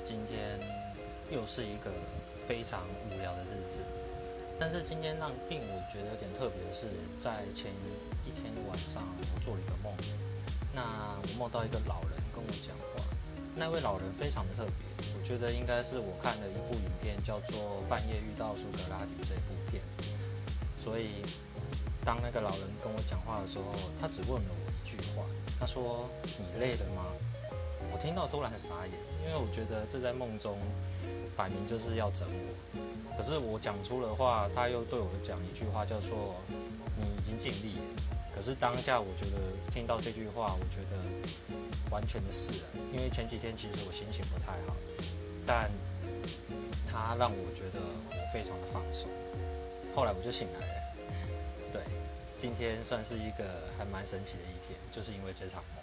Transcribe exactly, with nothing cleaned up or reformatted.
今天又是一个非常无聊的日子。但是今天让令我觉得有点特别的是，在前一天晚上我做了一个梦，那我梦到一个老人跟我讲话。那位老人非常的特别，我觉得应该是我看了一部影片，叫做《半夜遇到苏格拉底》这部片。所以当那个老人跟我讲话的时候，他只问了我一句话，他说：“你累了吗？”我听到突然傻眼，因为我觉得这在梦中摆明就是要整我。可是我讲出了话，他又对我讲一句话，叫做“你已经尽力了”。可是当下我觉得听到这句话，我觉得完全的释然，因为前几天其实我心情不太好，但他让我觉得我非常的放松。后来我就醒来了。对，今天算是一个还蛮神奇的一天，就是因为这场梦。